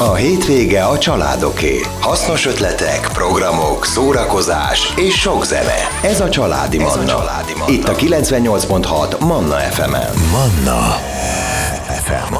A hétvége a családoké. Hasznos ötletek, programok, szórakozás és sok zene. Ez a Családi Manna. Itt a 98.6 Manna FM-en. Manna FM.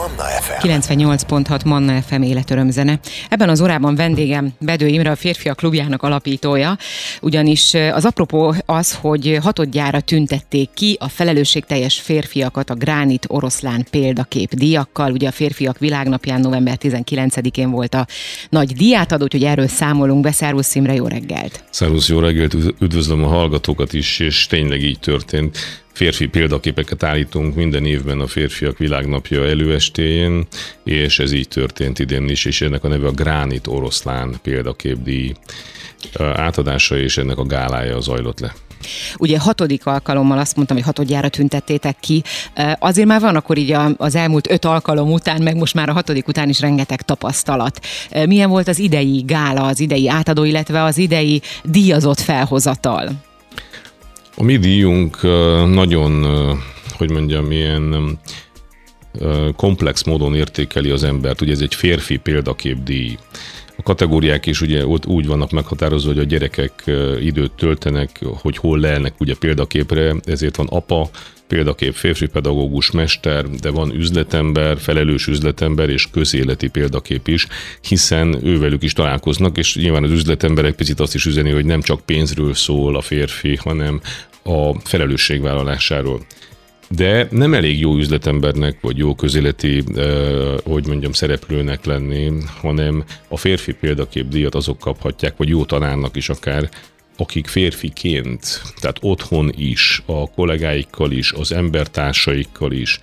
98.6 Manna FM életörömzene. Ebben az órában vendégem Bedő Imre, a Férfiak Klubjának alapítója, ugyanis az apropó az, hogy hatodjára tüntették ki a felelősségteljes férfiakat a Gránit Oroszlán példakép díjakkal. Ugye a Férfiak Világnapján november 19-én volt a nagy díjátadó, úgyhogy erről számolunk be. Szervusz Imre, jó reggelt! Szervusz, jó reggelt, üdvözlöm a hallgatókat is, és tényleg így történt. Férfi példaképeket állítunk minden évben a Férfiak Világnapja előestéjén, és ez így történt idén is, és ennek a neve a Gránit Oroszlán példaképdíj átadása, és ennek a gálája zajlott le. Ugye 6. alkalommal azt mondtam, hogy hatodjára tüntettétek ki. Azért már van akkor így az elmúlt 5 alkalom után, meg most már a 6. után is rengeteg tapasztalat. Milyen volt az idei gála, az idei átadó, illetve az idei díjazott felhozatal? A mi díjunk nagyon, ilyen komplex módon értékeli az embert. Ugye ez egy férfi példaképdíj. A kategóriák is ugye ott úgy vannak meghatározva, hogy a gyerekek időt töltenek, hogy hol lelnek ugye példaképre, ezért van apa, példakép, férfi pedagógus, mester, de van üzletember, felelős üzletember és közéleti példakép is, hiszen ővelük is találkoznak, és nyilván az üzletemberek picit azt is üzeni, hogy nem csak pénzről szól a férfi, hanem a felelősségvállalásáról. De nem elég jó üzletembernek, vagy jó közéleti, szereplőnek lenni, hanem a férfi példaképdíjat azok kaphatják, vagy jó tanárnak is akár, akik férfiként, tehát otthon is, a kollégáikkal is, az embertársaikkal is,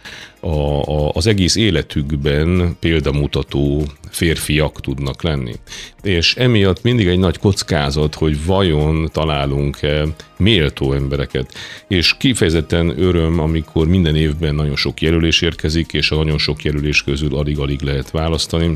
az egész életükben példamutató férfiak tudnak lenni. És emiatt mindig egy nagy kockázat, hogy vajon találunk-e méltó embereket. És kifejezetten öröm, amikor minden évben nagyon sok jelölés érkezik, és a nagyon sok jelölés közül alig-alig lehet választani.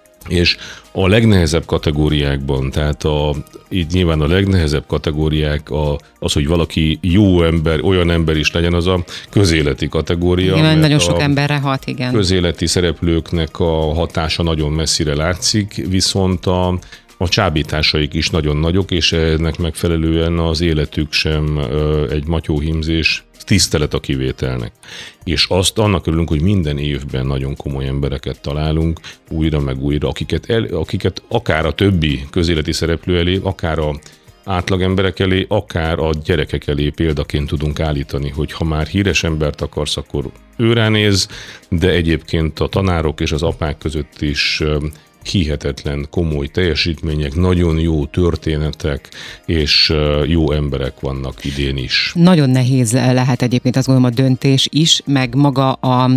És a legnehezebb kategóriákban, tehát így nyilván a legnehezebb kategóriák az, hogy valaki jó ember, olyan ember is legyen, az a közéleti kategória. Igen, nagyon sok emberre hat, igen. Közéleti szereplőknek a hatása nagyon messzire látszik, viszont a csábításaik is nagyon nagyok, és ennek megfelelően az életük sem egy matyóhímzés, tisztelet a kivételnek. És annak örülünk, hogy minden évben nagyon komoly embereket találunk, újra meg újra, akiket akár a többi közéleti szereplő elé, akár a átlag emberek elé, akár a gyerekek elé példaként tudunk állítani, hogy ha már híres embert akarsz, akkor őrá néz, de egyébként a tanárok és az apák között is hihetetlen komoly teljesítmények, nagyon jó történetek, és jó emberek vannak idén is. Nagyon nehéz lehet egyébként azt gondolom a döntés is, meg maga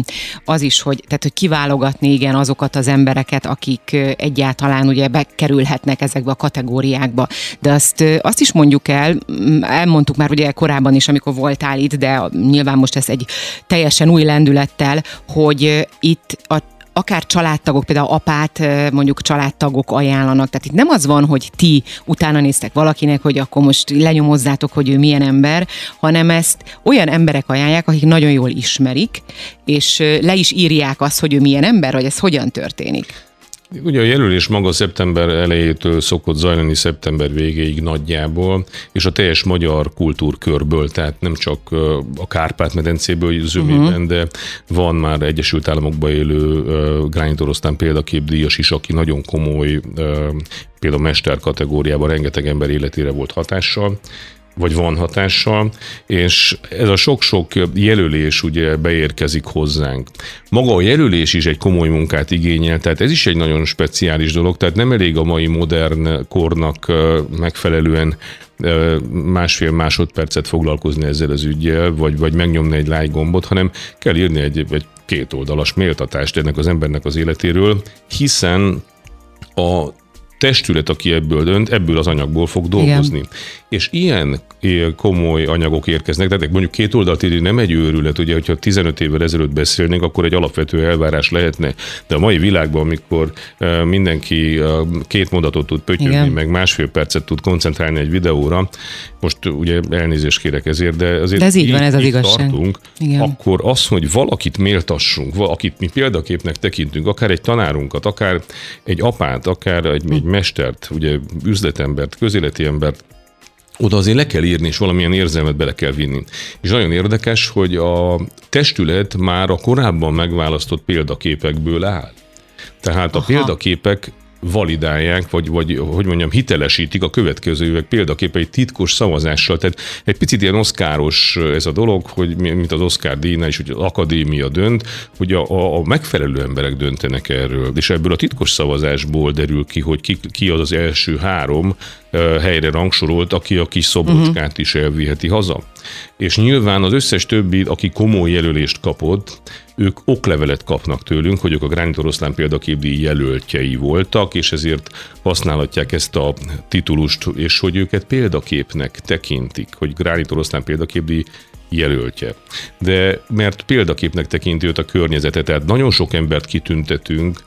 az is, hogy kiválogatni igen azokat az embereket, akik egyáltalán ugye bekerülhetnek ezekbe a kategóriákba. De azt is mondjuk elmondtuk már ugye korábban is, amikor voltál itt, de nyilván most ez egy teljesen új lendülettel, hogy itt akár családtagok, például apát mondjuk családtagok ajánlanak. Tehát itt nem az van, hogy ti utána néztek valakinek, hogy akkor most lenyomozzátok, hogy ő milyen ember, hanem ezt olyan emberek ajánlják, akik nagyon jól ismerik, és le is írják azt, hogy ő milyen ember, vagy ez hogyan történik. Ugye a jelölés maga szeptember elejétől szokott zajlani szeptember végéig nagyjából, és a teljes magyar kultúrkörből, tehát nem csak a Kárpát-medencéből zömében, de van már Egyesült Államokban élő Gránit Oroszlán példaképdíjas is, aki nagyon komoly, például mester kategóriában rengeteg ember életére volt hatással, vagy van hatással, és ez a sok-sok jelölés ugye beérkezik hozzánk. Maga a jelölés is egy komoly munkát igényel, tehát ez is egy nagyon speciális dolog, tehát nem elég a mai modern kornak megfelelően 1,5 másodpercet foglalkozni ezzel az üggyel, vagy megnyomni egy like gombot, hanem kell írni egy 2 oldalas méltatást ennek az embernek az életéről, hiszen testület, aki ebből dönt, ebből az anyagból fog dolgozni. Igen. És ilyen komoly anyagok érkeznek, tehát mondjuk két oldalt írni nem egy őrület, ugye, hogyha 15 évvel ezelőtt beszélnénk, akkor egy alapvető elvárás lehetne. De a mai világban, amikor mindenki 2 mondatot tud pötyögni, meg másfél percet tud koncentrálni egy videóra, most ugye elnézést kérek ezért, de azért ez így van, ez az igazság. Tartunk, akkor az, hogy valakit méltassunk, akit mi példaképnek tekintünk, akár egy tanárunkat, akár egy apát, akár egy mestert, ugye üzletembert, közéleti embert, oda azért le kell írni, és valamilyen érzelmet bele kell vinni. És nagyon érdekes, hogy a testület már a korábban megválasztott példaképekből áll. Tehát a példaképek validálják, vagy hogy mondjam, hitelesítik a következő évek példaképei titkos szavazással. Tehát egy picit ilyen oszkáros ez a dolog, hogy mint az Oscar díjnál is, hogy az akadémia dönt, hogy a megfelelő emberek döntenek erről. És ebből a titkos szavazásból derül ki, hogy ki az az első 3 helyre rangsorolt, aki a kis szobrocskát is elviheti haza. És nyilván az összes többi, aki komoly jelölést kapott, ők oklevelet kapnak tőlünk, hogy ők a Gránit Oroszlán példaképdíj jelöltjei voltak, és ezért használhatják ezt a titulust, és hogy őket példaképnek tekintik, hogy Gránit Oroszlán példaképdíj jelöltje. De mert példaképnek tekinti őt a környezete, tehát nagyon sok embert kitüntetünk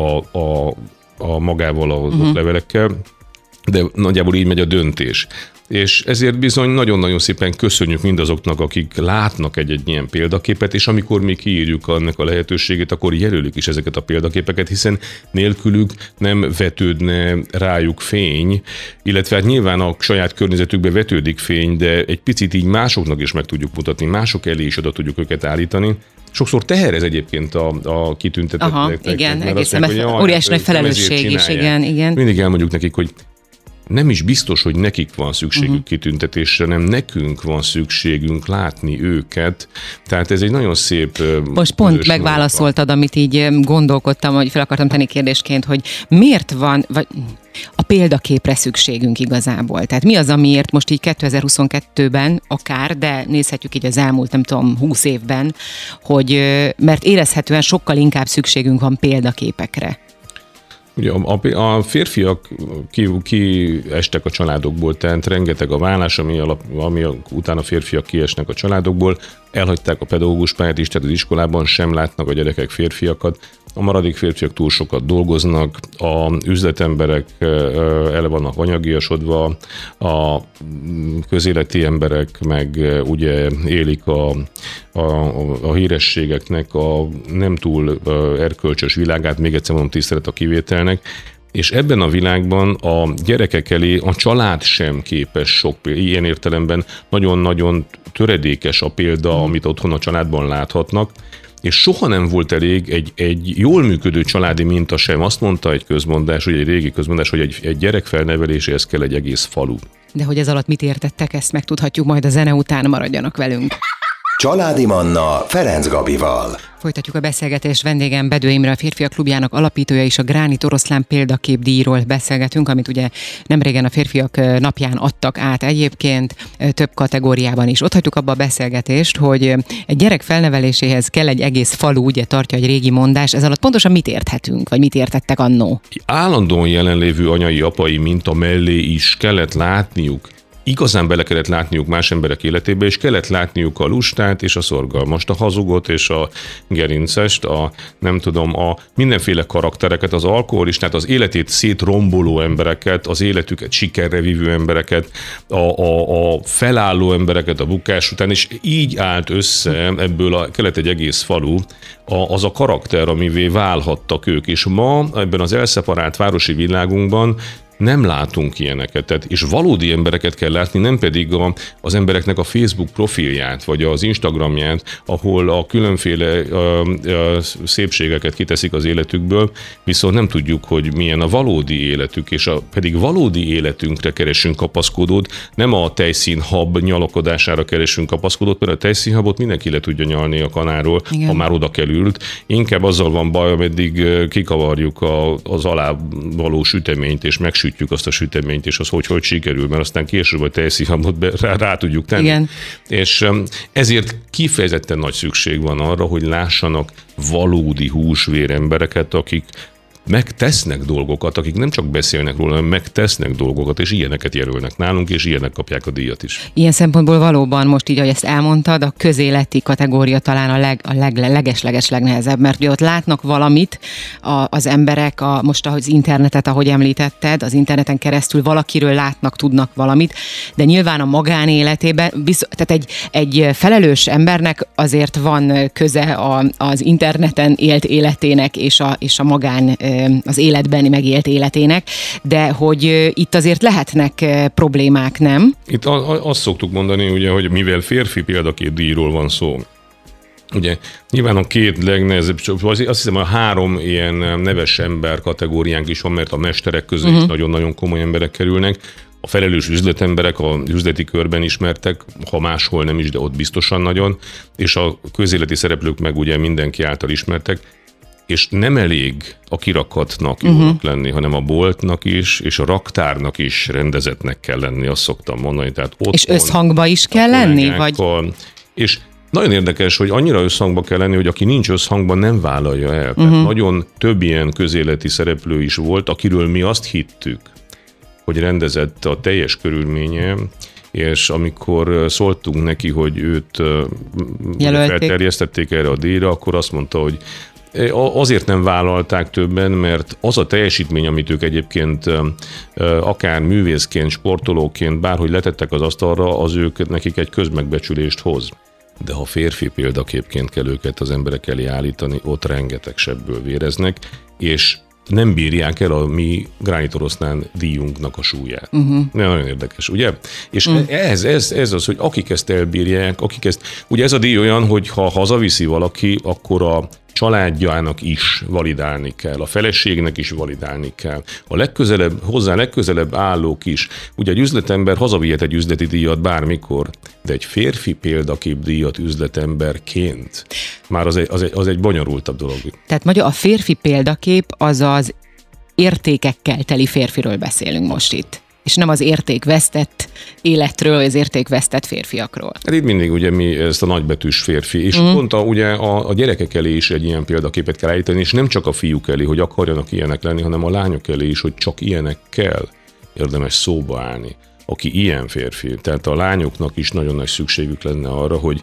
a magával az oklevelekkel, de nagyjából így megy a döntés. És ezért bizony nagyon-nagyon szépen köszönjük mindazoknak, akik látnak egy ilyen példaképet, és amikor mi kiírjuk annak a lehetőségét, akkor jelölik is ezeket a példaképeket, hiszen nélkülük nem vetődne rájuk fény, illetve hát nyilván a saját környezetükbe vetődik fény, de egy picit így másoknak is meg tudjuk mutatni, mások elé is oda tudjuk őket állítani. Sokszor teher ez egyébként a kitüntetetteknek. Igen, egészen óriási nagy felelősség is, igen. Mindig elmondjuk nekik, hogy nem is biztos, hogy nekik van szükségük kitüntetésre, nem nekünk van szükségünk látni őket. Tehát ez egy nagyon szép... Most pont megválaszoltad, amit így gondolkodtam, hogy fel akartam tenni kérdésként, hogy miért van vagy a példaképre szükségünk igazából. Tehát mi az, amiért most így 2022-ben akár, de nézhetjük így az elmúlt, nem tudom, 20 évben, hogy mert érezhetően sokkal inkább szükségünk van példaképekre. Ugye a férfiak kiestek a családokból, tehát rengeteg a vállás, ami után a férfiak kiesnek a családokból, elhagyták a pedagógus pályát is, tehát az iskolában sem látnak a gyerekek férfiakat, a maradék férfiak túl sokat dolgoznak, a üzletemberek el vannak anyagiasodva, a közéleti emberek meg ugye élik a hírességeknek a nem túl erkölcsös világát, még egyszer mondom, tisztelet a kivételnek, és ebben a világban a gyerekek elé a család sem képes sok ilyen értelemben nagyon-nagyon töredékes a példa, amit otthon a családban láthatnak, és soha nem volt elég egy jól működő családi minta sem. Azt mondta egy közmondás, egy régi közmondás, hogy egy gyerek felneveléséhez kell egy egész falu. De hogy ez alatt mit értettek, ezt megtudhatjuk majd a zene után, maradjanak velünk. Családi Manna Ferenc Gabival. Folytatjuk a beszélgetést, vendégem Bedő Imre, a Férfiak Klubjának alapítója, és a Gránit Oroszlán példaképdíjról beszélgetünk, amit ugye nemrégen a Férfiak napján adtak át egyébként több kategóriában is. Ott hagytuk abba a beszélgetést, hogy egy gyerek felneveléséhez kell egy egész falu, ugye tartja egy régi mondás, ez alatt pontosan mit érthetünk, vagy mit értettek annó? Állandóan jelenlévő anyai, apai minta mellé is kellett látniuk, igazán bele kellett látniuk más emberek életébe, és kellett látniuk a lustát és a szorgalmast, a hazugot és a gerincest, a mindenféle karaktereket, az alkoholistát, az életét szétromboló embereket, az életüket sikerre vívő embereket, a felálló embereket a bukás után, és így állt össze, ebből kellett egy egész falu, az a karakter, amivé válhattak ők. És ma ebben az elszeparált városi világunkban nem látunk ilyeneket, tehát, és valódi embereket kell látni, nem pedig az embereknek a Facebook profilját, vagy az Instagramját, ahol a különféle szépségeket kiteszik az életükből, viszont nem tudjuk, hogy milyen a valódi életük, és pedig valódi életünkre keresünk kapaszkodót, nem a tejszínhab nyalakodására keresünk kapaszkodót, mert a tejszínhabot mindenki le tudja nyalni a kanáról, igen, ha már oda került. Inkább azzal van baj, ameddig kikavarjuk az alá való süteményt, és megsütjük azt a süteményt, és az hogy sikerül, mert aztán később a tejszínhabot rá tudjuk tenni. Igen. És ezért kifejezetten nagy szükség van arra, hogy lássanak valódi húsvér embereket, akik megtesznek dolgokat, akik nem csak beszélnek róla, hanem megtesznek dolgokat, és ilyeneket jelölnek nálunk, és ilyenek kapják a díjat is. Ilyen szempontból valóban most így, ahogy ezt elmondtad, a közéleti kategória talán a leges legnehezebb, mert ugye ott látnak valamit az emberek, most az internetet, ahogy említetted, az interneten keresztül valakiről látnak, tudnak valamit, de nyilván a magánéletében, tehát egy felelős embernek azért van köze az interneten élt életének és a magán, az életben megélt életének, de hogy itt azért lehetnek problémák, nem? Itt azt szoktuk mondani, ugye, hogy mivel férfi példakép díjról van szó, ugye nyilván a két legnehezebb, azt hiszem a 3 ilyen neves ember kategóriánk is van, mert a mesterek közül is nagyon-nagyon komoly emberek kerülnek, a felelős üzletemberek a üzleti körben ismertek, ha máshol nem is, de ott biztosan nagyon, és a közéleti szereplők meg ugye mindenki által ismertek, és nem elég a kirakatnak jónak lenni, hanem a boltnak is, és a raktárnak is rendezetnek kell lenni, azt szoktam mondani. Tehát ott és összhangba is kell lenni? Vagy? És nagyon érdekes, hogy annyira összhangba kell lenni, hogy aki nincs összhangban, nem vállalja el. Tehát nagyon több ilyen közéleti szereplő is volt, akiről mi azt hittük, hogy rendezett a teljes körülménye, és amikor szóltunk neki, hogy őt felterjesztették erre a díjra, akkor azt mondta, hogy azért nem vállalták többen, mert az a teljesítmény, amit ők egyébként akár művészként, sportolóként, bárhogy letettek az asztalra, az nekik egy közmegbecsülést hoz. De ha férfi példaképként kell őket az emberek elé állítani, ott rengeteg sebből véreznek, és nem bírják el a mi Gránitoroszlán díjunknak a súlyát. Nagyon érdekes, ugye? És ez az, hogy akik ezt elbírják, ugye ez a díj olyan, hogy ha hazaviszi valaki, akkor a családjának is validálni kell, a feleségnek is validálni kell, hozzá legközelebb állók is. Ugye egy üzletember hazavihet egy üzleti díjat bármikor, de egy férfi példakép díjat üzletemberként már az egy bonyolultabb dolog. Tehát a férfi példakép az az értékekkel teli férfiről beszélünk most itt. És nem az értékvesztett életről, az értékvesztett férfiakról. Hát itt mindig ugye mi ezt a nagybetűs férfi, és pont ugye a gyerekek elé is egy ilyen példaképet kell állítani, és nem csak a fiúk elé, hogy akarjanak ilyenek lenni, hanem a lányok elé is, hogy csak ilyenek kell érdemes szóba állni. Aki ilyen férfi, tehát a lányoknak is nagyon nagy szükségük lenne arra, hogy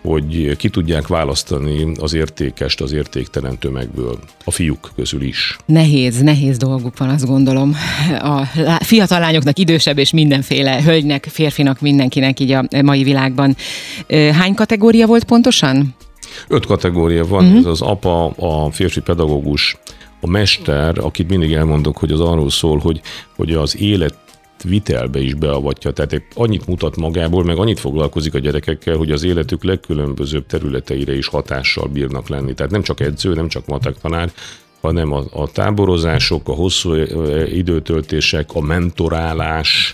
ki tudják választani az értékest az értéktelen tömegből, a fiúk közül is. Nehéz dolguk van, azt gondolom. A fiatal lányoknak, idősebb és mindenféle hölgynek, férfinak, mindenkinek így a mai világban. Hány kategória volt pontosan? 5 kategória van, ez az apa, a férfi pedagógus, a mester, akit mindig elmondok, hogy az arról szól, hogy az élet vitelbe is beavatja, tehát annyit mutat magából, meg annyit foglalkozik a gyerekekkel, hogy az életük legkülönbözőbb területeire is hatással bírnak lenni. Tehát nem csak edző, nem csak matek tanár, hanem a táborozások, a hosszú időtöltések, a mentorálás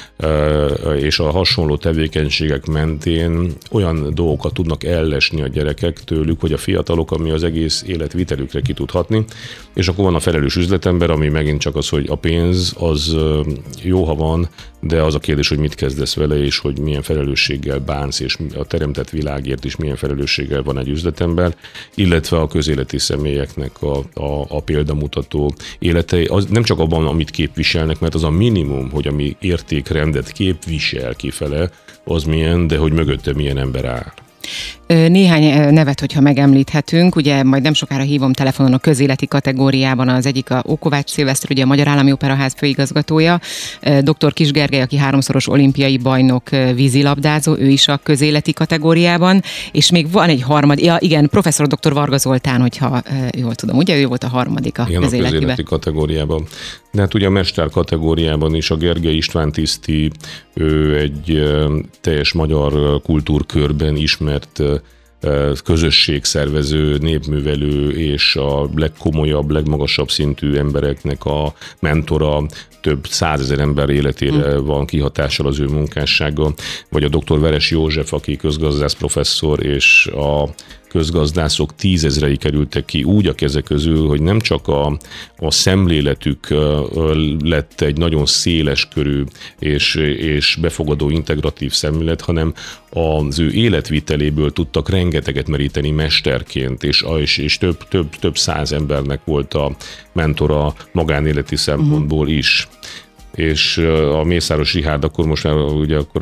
és a hasonló tevékenységek mentén olyan dolgokat tudnak ellesni a gyerekek tőlük, hogy a fiatalok, ami az egész életvitelükre ki tud hatni, és akkor van a felelős üzletember, ami megint csak az, hogy a pénz az jó, ha van, de az a kérdés, hogy mit kezdesz vele, és hogy milyen felelősséggel bánsz, és a teremtett világért is milyen felelősséggel van egy üzletember, illetve a közéleti személyeknek a példamutató életei, az nem csak abban, amit képviselnek, mert az a minimum, hogy ami értékrendet képvisel kifele, az milyen, de hogy mögötte milyen ember áll. Néhány nevet, hogyha megemlíthetünk, ugye majd nem sokára hívom telefonon a közéleti kategóriában, az egyik a Ókovács Szilveszter, ugye a Magyar Állami Operaház főigazgatója, dr. Kis Gergely, aki 3-szoros olimpiai bajnok vízilabdázó, ő is a közéleti kategóriában, és még van egy igen, professzor dr. Varga Zoltán, hogyha jól tudom, ugye ő volt a harmadik a közéleti kategóriában. De hát ugye a mester kategóriában is a Gergely István tiszti, ő egy teljes magyar kultúrkörben ismert közösségszervező, népművelő és a legkomolyabb, legmagasabb szintű embereknek a mentora, több 100 000 ember életére van kihatással az ő munkássága, vagy a dr. Veres József, aki közgazdász professzor és a közgazdászok 10 000-ei kerültek ki úgy a kezek közül, hogy nem csak a szemléletük lett egy nagyon széles körű és befogadó integratív szemlélet, hanem az ő életviteléből tudtak rengeteget meríteni mesterként, és több száz embernek volt a mentora magánéleti szempontból is. És a Mészáros Richárd, akkor most már ugye akkor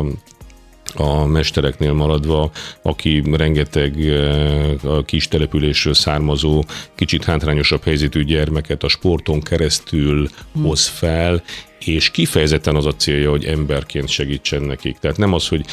a mestereknél maradva, aki rengeteg a kis településről származó, kicsit hátrányosabb helyzetű gyermeket a sporton keresztül hoz fel, és kifejezetten az a célja, hogy emberként segítsen nekik. Tehát nem az, hogy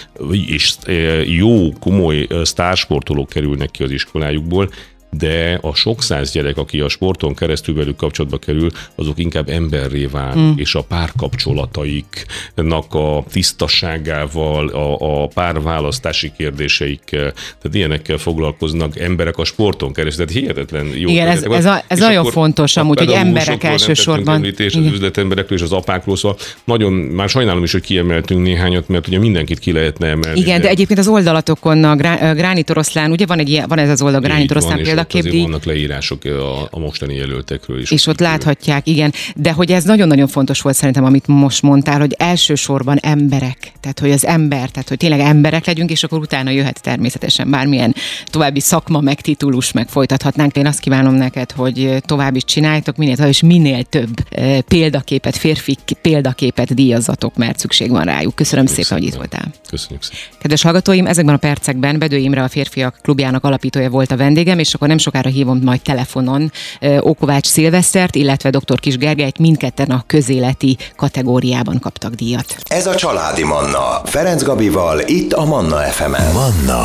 jó, komoly sztársportolók kerülnek ki az iskolájukból, de a sok száz gyerek, aki a sporton keresztül velük kapcsolatba kerül, azok inkább emberré válnak, és a párkapcsolataiknak a tisztaságával, a párválasztási kérdéseikkel, tehát ilyenekkel foglalkoznak emberek a sporton keresztül, tehát hihetetlen jó. Igen, ez nagyon fontos amúgy, hogy emberek elsősorban. Az üzletemberekről és az apákról, szóval nagyon, már sajnálom is, hogy kiemeltünk néhányat, mert ugye mindenkit ki lehetne emelni. Igen, de egyébként az oldalatokon a Gránit Oroszlán, ugye van ez az oldal, Gránit Oroszlán példaképdíj. Vannak leírások a mostani jelöltekről is. És ott láthatják, igen. De hogy ez nagyon-nagyon fontos volt szerintem, amit most mondtál, hogy elsősorban emberek. Tehát, hogy az ember, tehát, hogy tényleg emberek legyünk, és akkor utána jöhet természetesen bármilyen további szakma, meg titulus, meg folytathatnánk. Én azt kívánom neked, hogy tovább is csináljátok, minél több példaképet, férfi példaképet díjazzatok, mert szükség van rájuk. Köszönöm szépen, hogy itt voltál. Köszönjük szépen. Kedves hallgatóim, ezekben a percekben Bedő Imre, a Férfiak Klubjának alapítója volt a vendégem, és akkor nem sokára hívom majd telefonon Ókovács Szilvesztert, illetve dr. Kiss Gergelyt, mindketten a közéleti kategóriában kaptak díjat. Ez a Családi Manna, Ferenc Gabival, itt a Manna FM-en. Manna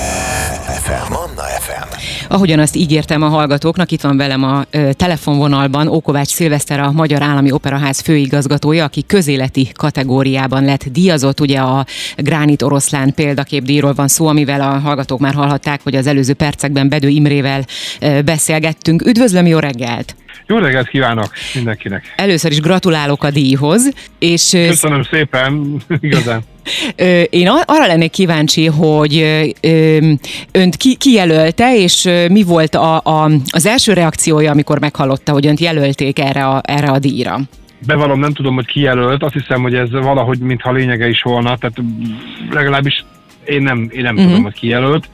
FM. Manna FM. Ahogyan azt ígértem a hallgatóknak, itt van velem a telefonvonalban Ókovács Szilveszter, a Magyar Állami Operaház főigazgatója, aki közéleti kategóriában lett díjazott. Ugye a Gránit Oroszlán példaképdíjról van szó, amivel a hallgatók már hallhatták, hogy az előző percekben Bedő Imrével beszélgettünk. Üdvözlöm, jó reggelt! Jó reggelt kívánok mindenkinek! Először is gratulálok a díjhoz. És köszönöm szépen, igazán. Én arra lennék kíváncsi, hogy önt kijelölte, és mi volt az első reakciója, amikor meghallotta, hogy önt jelölték erre a díjra? Bevallom, nem tudom, hogy ki jelölt, azt hiszem, hogy ez valahogy mintha lényege is volna, tehát legalábbis én nem tudom, hogy ki jelölt.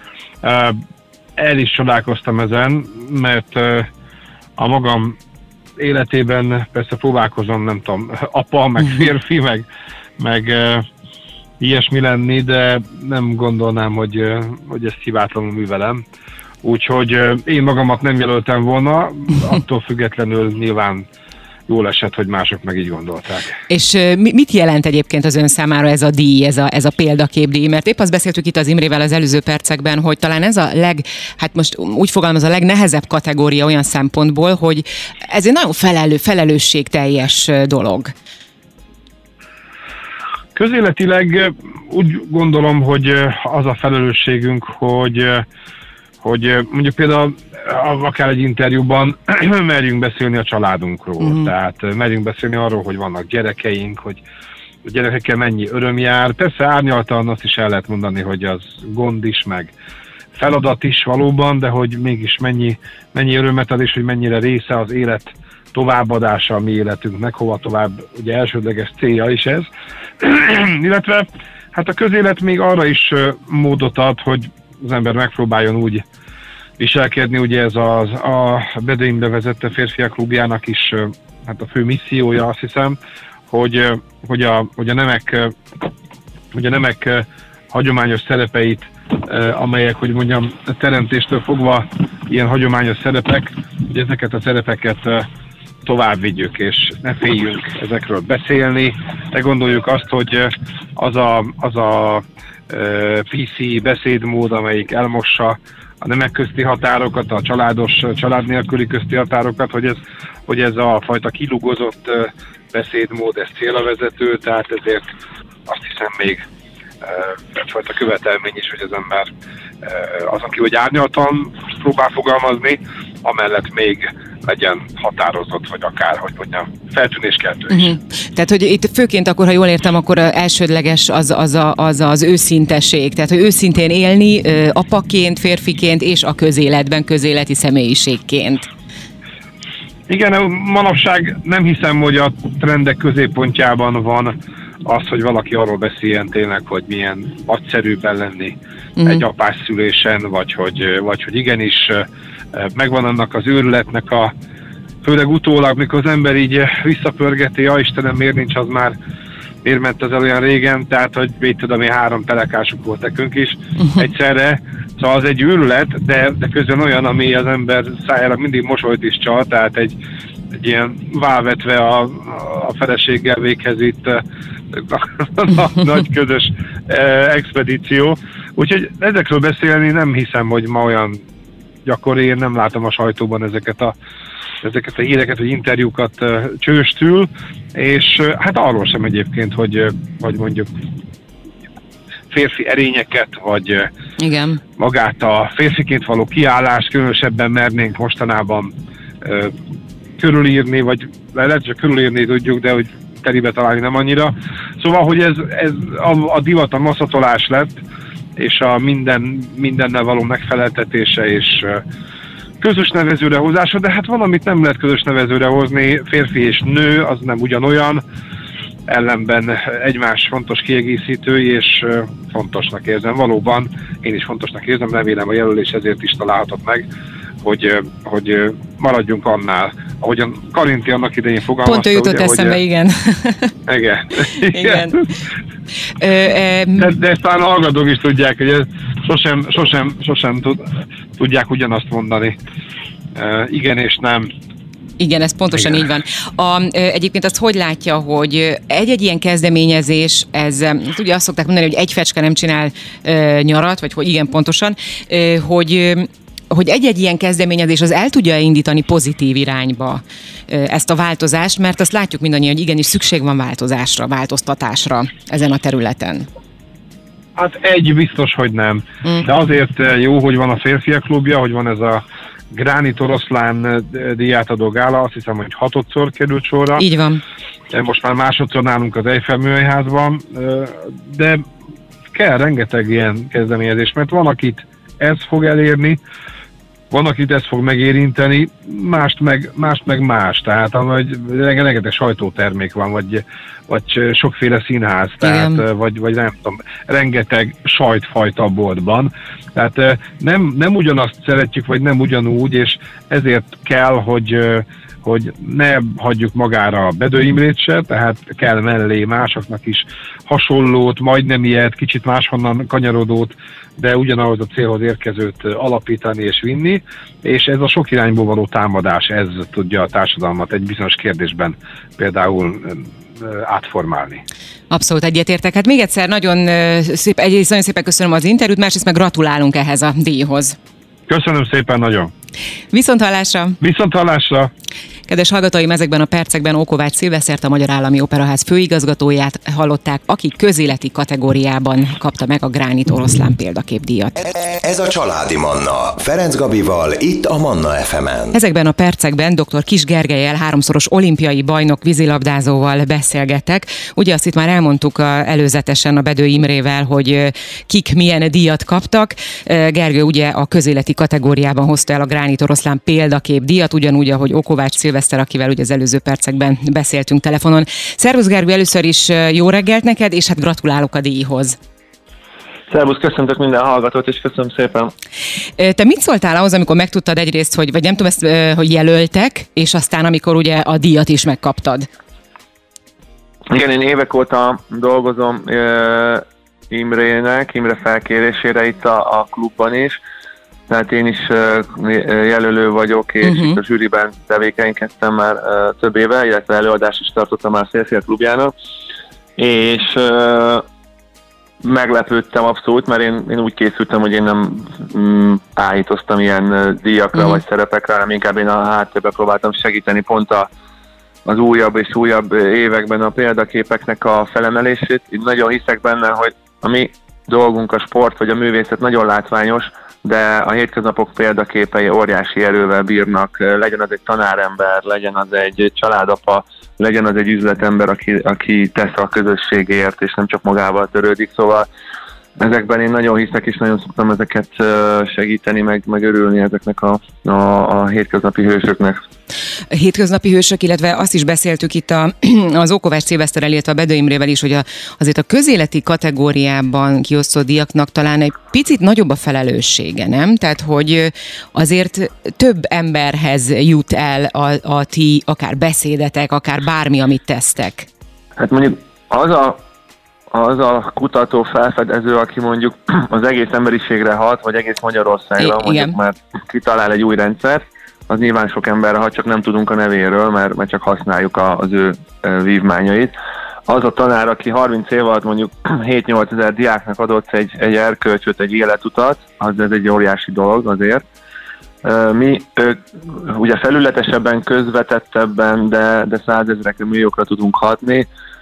El is csodálkoztam ezen, mert a magam életében persze próbálkozom, nem tudom, apa, meg férfi, meg ilyesmi lenni, de nem gondolnám, hogy ezt hibátlanul művelem. Úgyhogy én magamat nem jelöltem volna, attól függetlenül nyilván jól esett, hogy mások meg így gondolták. És mit jelent egyébként az ön számára ez a díj, ez a példaképdíj? Mert épp azt beszéltük itt az Imrével az előző percekben, hogy talán ez a hát most úgy fogalmaz, a legnehezebb kategória olyan szempontból, hogy ez egy nagyon felelősségteljes dolog. Közéletileg úgy gondolom, hogy az a felelősségünk, hogy mondjuk például akár egy interjúban merjünk beszélni a családunkról, tehát merjünk beszélni arról, hogy vannak gyerekeink, hogy a gyerekekkel mennyi öröm jár. Persze árnyaltan azt is el lehet mondani, hogy az gond is, meg feladat is valóban, de hogy mégis mennyi örömet ad, és hogy mennyire része az élet továbbadása a mi életünknek, hova tovább, ugye elsődleges célja is ez. Illetve hát a közélet még arra is módot ad, hogy az ember megpróbáljon úgy viselkedni, ugye ez a Bedő Imre vezette Férfiak Klubjának is hát a fő missziója, azt hiszem, hogy a nemek hagyományos szerepeit, amelyek, hogy mondjam, teremtéstől fogva ilyen hagyományos szerepek, hogy ezeket a szerepeket tovább vigyük, és ne féljünk ezekről beszélni. Ne gondoljuk azt, hogy az a PC beszédmód, amelyik elmossa a nemek közti határokat, a család nélküli közti határokat, hogy ez a fajta kilugozott beszédmód, ez célra vezető, tehát ezért azt hiszem még egyfajta követelmény is, hogy az ember az, aki hogy árnyaltan próbál fogalmazni, amellett még legyen határozott, vagy akár, hogy mondjam, feltűnéskeltő is. Tehát, hogy itt főként akkor, ha jól értem, akkor elsődleges az őszintesség. Tehát, hogy őszintén élni apaként, férfiként és a közéletben, közéleti személyiségként. Igen, manapság nem hiszem, hogy a trendek középpontjában van az, hogy valaki arról beszéljen tényleg, hogy milyen nagyszerűbben lenni egy apás szülésen, vagy hogy igenis megvan annak az őrületnek főleg utólag, mikor az ember így visszapörgeti, ja Istenem, miért nincs az már, miért ment ez el olyan régen, tehát, hogy mit tudom én, 3 telekásuk volt nekünk is egyszerre, szóval az egy őrület, de közben olyan, ami az ember szájára mindig mosolyt is csal, tehát egy ilyen válvetve a feleséggel véghez itt a nagy közös expedíció. Úgyhogy ezekről beszélni nem hiszem, hogy ma olyan gyakori, én nem látom a sajtóban ezeket a híreket, vagy interjúkat csőstül, és hát arról sem egyébként, hogy mondjuk férfi erényeket, vagy igen, magát a férfiként való kiállást különösebben mernénk mostanában körülírni, vagy lehet, hogy körülírni tudjuk, de hogy telibe találni nem annyira. Szóval, hogy ez a divat, a maszatolás lett, és a mindennel való megfeleltetése, és közös nevezőre hozása, de hát valamit nem lehet közös nevezőre hozni, férfi és nő, az nem ugyanolyan, ellenben egymás fontos kiegészítői, és fontosnak érzem. Valóban én is fontosnak érzem, remélem a jelölés ezért is találhatott meg, hogy maradjunk annál, ahogyan Karinti annak idején fogalmazta. Pont ő jutott eszembe, hogy, igen. Igen. De ezt talán a hallgatók is tudják, hogy ez sosem tudják ugyanazt mondani. Igen és nem. Igen, ez pontosan így van. Egyébként azt hogy látja, hogy egy-egy ilyen kezdeményezés, ez ugye azt szokták mondani, hogy egy fecske nem csinál nyarat, vagy hogy igen, pontosan, hogy egy-egy ilyen kezdeményezés az el tudja indítani pozitív irányba ezt a változást, mert azt látjuk mindannyian, hogy igenis szükség van változásra, változtatásra ezen a területen. Hát egy biztos, hogy nem. De azért jó, hogy van a férfiak klubja, hogy van ez a Gránit Oroszlán díját adó gála, azt hiszem, hogy 6-szor került sorra. Így van. Most már másodszor nálunk az Eiffel műhelyházban, de kell rengeteg ilyen kezdeményezés, mert van, akit ez fog elérni, van, akit ez fog megérinteni, mást meg más. Tehát rengeteg sajtótermék van, vagy sokféle színház, tehát, vagy nem tudom, rengeteg sajtfajta boltban. Tehát nem ugyanazt szeretjük, vagy nem ugyanúgy, és ezért kell, hogy ne hagyjuk magára a Bedő Imrét se, tehát kell mellé másoknak is hasonlót, majdnem ilyet, kicsit máshonnan kanyarodót, de ugyanahoz a célhoz érkezőt alapítani és vinni, és ez a sok irányból való támadás, ez tudja a társadalmat egy bizonyos kérdésben például átformálni. Abszolút egyetértek. Hát még egyszer nagyon szépen köszönöm az interjút, másrészt meg gratulálunk ehhez a díjhoz. Köszönöm szépen nagyon. Viszonthallásra! Viszonthallásra! Kedves hallgatóim, ezekben a percekben Ókovács Szilvesztert, a Magyar Állami Operaház főigazgatóját hallották, aki közéleti kategóriában kapta meg a Gránit Oroszlán példaképdíjat. Ez a Családi Manna, Ferenc Gabival, itt a Manna FM-en. Ezekben a percekben dr. Kiss Gergellyel, 3-szoros olimpiai bajnok vízilabdázóval beszélgetek. Ugye azt itt már elmondtuk előzetesen a Bedő Imrével, hogy kik milyen díjat kaptak. Gergő ugye a közéleti kategóriában hozta el a Gránit Oroszlán példaképdíjat, ugyanúgy, ahogy Ókovács Szilveszter, akivel ugye az előző percekben beszéltünk telefonon. Szervusz Gergő, először is jó reggelt neked, és hát gratulálok a díjhoz. Szervusz, köszöntök minden hallgatót, és köszönöm szépen. Te mit szóltál ahhoz, amikor megtudtad egyrészt, vagy nem tudom ezt, hogy jelöltek, és aztán amikor ugye a díjat is megkaptad? Igen, én évek óta dolgozom Imre felkérésére itt a klubban is, tehát én is jelölő vagyok, és itt a zsűriben tevékenykedtem már több éve, illetve előadást is tartottam már a Férfiak klubjának, és meglepődtem abszolút, mert én úgy készültem, hogy én nem állítoztam ilyen díjakra vagy szerepekre, hanem inkább én a háttérbe próbáltam segíteni pont az újabb és újabb években a példaképeknek a felemelését. Én nagyon hiszek benne, hogy a mi dolgunk, a sport vagy a művészet nagyon látványos, de a hétköznapok példaképei óriási erővel bírnak, legyen az egy tanárember, legyen az egy családapa, legyen az egy üzletember, aki tesz a közösségért, és nem csak magával törődik, szóval ezekben én nagyon hiszek, és nagyon szoktam ezeket segíteni, meg örülni ezeknek a hétköznapi hősöknek. A hétköznapi hősök, illetve azt is beszéltük itt az Ókovács Szilveszterrel, illetve a Bedő Imrével is, hogy azért a közéleti kategóriában kiosztott díjaknak talán egy picit nagyobb a felelőssége, nem? Tehát, hogy azért több emberhez jut el a ti akár beszédetek, akár bármi, amit tesztek. Hát mondjuk az a kutató felfedező, aki mondjuk az egész emberiségre hat, vagy egész Magyarországra, mondjuk már kitalál egy új rendszert, az nyilván sok emberre hat, csak nem tudunk a nevéről, mert csak használjuk az ő vívmányait. Az a tanár, aki 30 év alatt mondjuk 7-8 ezer diáknak adott egy erkölcsöt, egy életutat, ez egy óriási dolog azért. Mi ugye felületesebben, közvetettebben, de százezrekre, milliókra tudunk hatni.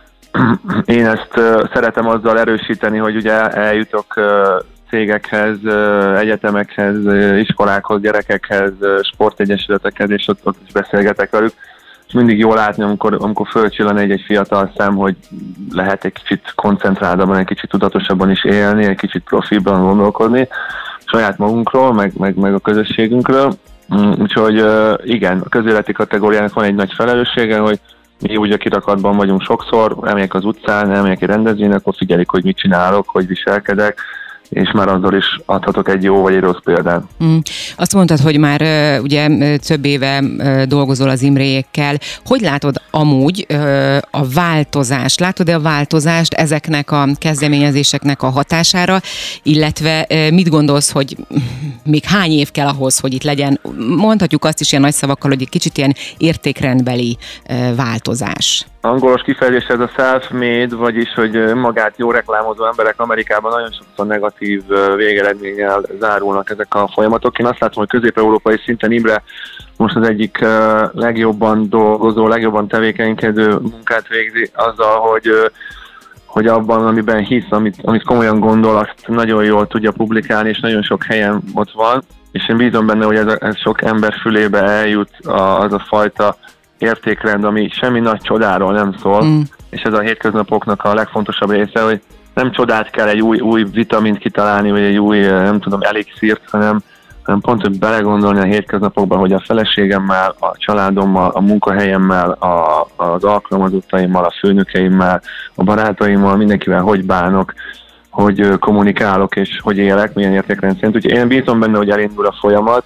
Én ezt szeretem azzal erősíteni, hogy ugye eljutok cégekhez, egyetemekhez, iskolákhoz, gyerekekhez, sportegyesületekhez, és ott is beszélgetek velük. És mindig jól látni, amikor fölcsillan egy fiatal szem, hogy lehet egy kicsit koncentráltabban, egy kicsit tudatosabban is élni, egy kicsit profibban gondolkodni saját magunkról, meg a közösségünkről. Úgyhogy igen, a közéleti kategóriának van egy nagy felelőssége, hogy mi úgy a kirakatban vagyunk sokszor, elmegyek az utcán, elmegyek egy rendezvénynek, akkor figyelik, hogy mit csinálok, hogy viselkedek, és már azzal is adhatok egy jó vagy egy rossz példát. Azt mondtad, hogy már ugye több éve dolgozol az Imréjékkel. Hogy látod amúgy a változást? Látod-e a változást ezeknek a kezdeményezéseknek a hatására, illetve mit gondolsz, hogy még hány év kell ahhoz, hogy itt legyen, mondhatjuk azt is ilyen nagy szavakkal, hogy egy kicsit ilyen értékrendbeli változás? Angolos kifejezés ez a self-made, vagyis, hogy magát jó reklámozó emberek Amerikában nagyon sokszor negatív végeredménnyel zárulnak ezek a folyamatok. Én azt látom, hogy közép-európai szinten Imre most az egyik legjobban dolgozó, legjobban tevékenykedő munkát végzi azzal, hogy abban, amiben hisz, amit komolyan gondol, azt nagyon jól tudja publikálni, és nagyon sok helyen ott van. És én bízom benne, hogy ez sok ember fülébe eljut az a fajta értékrend, ami semmi nagy csodáról nem szól, és ez a hétköznapoknak a legfontosabb része, hogy nem csodát kell egy új vitamint kitalálni, vagy egy új, nem tudom, elixírt, hanem pont, hogy belegondolni a hétköznapokban, hogy a feleségemmel, a családommal, a munkahelyemmel, az alkalmazottaimmal, a főnökeimmel, a barátaimmal, mindenkivel hogy bánok, hogy kommunikálok, és hogy élek, milyen értékrend szerint. Úgyhogy én bízom benne, hogy elindul a folyamat.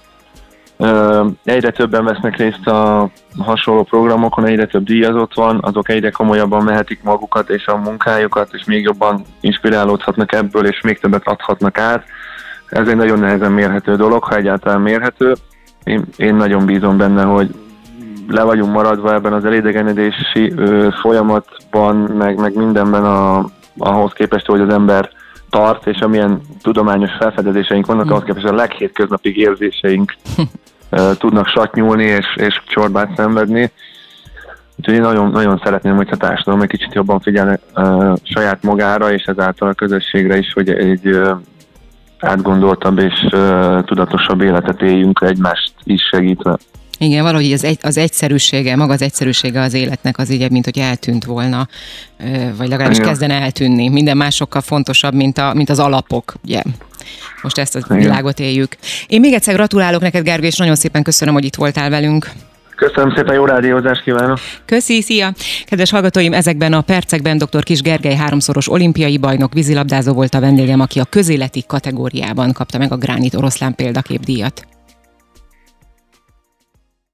Egyre többen vesznek részt a hasonló programokon, egyre több díjazott van, azok egyre komolyabban mehetik magukat és a munkájukat, és még jobban inspirálódhatnak ebből, és még többet adhatnak át. Ez egy nagyon nehezen mérhető dolog, ha egyáltalán mérhető. Én nagyon bízom benne, hogy le vagyunk maradva ebben az elidegenedési folyamatban, meg mindenben ahhoz képest, hogy az ember tart, és amilyen tudományos felfedezéseink vannak, ahhoz képest a leghétköznapi érzéseink tudnak satnyulni, és csorbát szenvedni. Úgyhogy én nagyon, nagyon szeretném, hogy a társadalom egy kicsit jobban figyelne saját magára, és ezáltal a közösségre is, hogy egy átgondoltabb és tudatosabb életet éljünk, egymást is segítve. Igen, valahogy az egyszerűsége, maga az egyszerűsége az életnek az így, mint hogy eltűnt volna, vagy legalábbis kezdene eltűnni. Minden más sokkal fontosabb, mint az alapok, ugye. Most ezt a világot éljük. Én még egyszer gratulálok neked, Gergő, és nagyon szépen köszönöm, hogy itt voltál velünk. Köszönöm szépen, jó rádiózást kívánok! Köszi, szia! Kedves hallgatóim, ezekben a percekben dr. Kiss Gergely 3-szoros olimpiai bajnok vízilabdázó volt a vendégem, aki a közéleti kategóriában kapta meg a Gránit Oroszlán példaképdíjat.